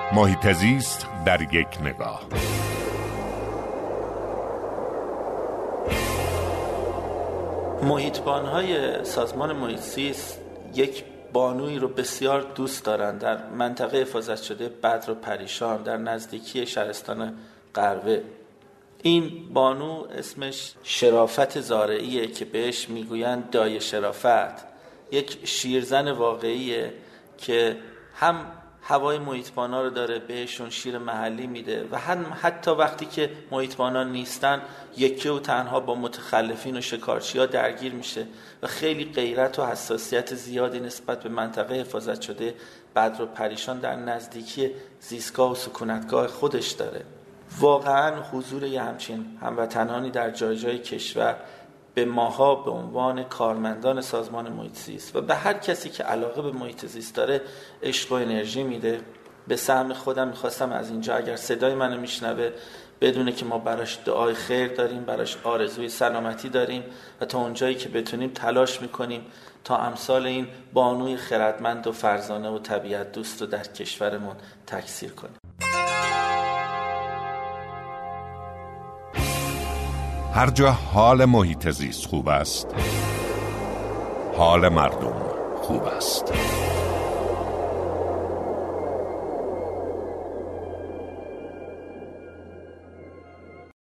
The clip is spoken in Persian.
محیط زیست در یک نگاه. محیطبان‌های سازمان محیط زیست یک بانویی رو بسیار دوست دارند در منطقه حفاظت شده بدر و پریشان در نزدیکی شهرستان قروه. این بانو اسمش شرافت زارعیه که بهش میگویند دایه شرافت. یک شیرزن واقعیه که هم هوای محیطبانا رو داره، بهشون شیر محلی میده و حتی وقتی که محیطبانا نیستن یکی و تنها با متخلفین و شکارچی ها درگیر میشه و خیلی غیرت و حساسیت زیادی نسبت به منطقه حفاظت شده بدر و پریشان در نزدیکی زیستگاه و سکونتگاه خودش داره. واقعا حضور یه همچین هموطنانی در جای جای کشور به ماها به عنوان کارمندان سازمان محیط زیست و به هر کسی که علاقه به محیط زیست داره عشق و انرژی میده. به سهم خودم میخواستم از اینجا اگر صدای منو میشنوه بدونه که ما براش دعای خیر داریم، براش آرزوی سلامتی داریم و تا اونجایی که بتونیم تلاش میکنیم تا امثال این بانوی خردمند و فرزانه و طبیعت دوست رو در کشورمون تکثیر کنیم. هر جا حال محیط زیست خوب است، حال مردم خوب است.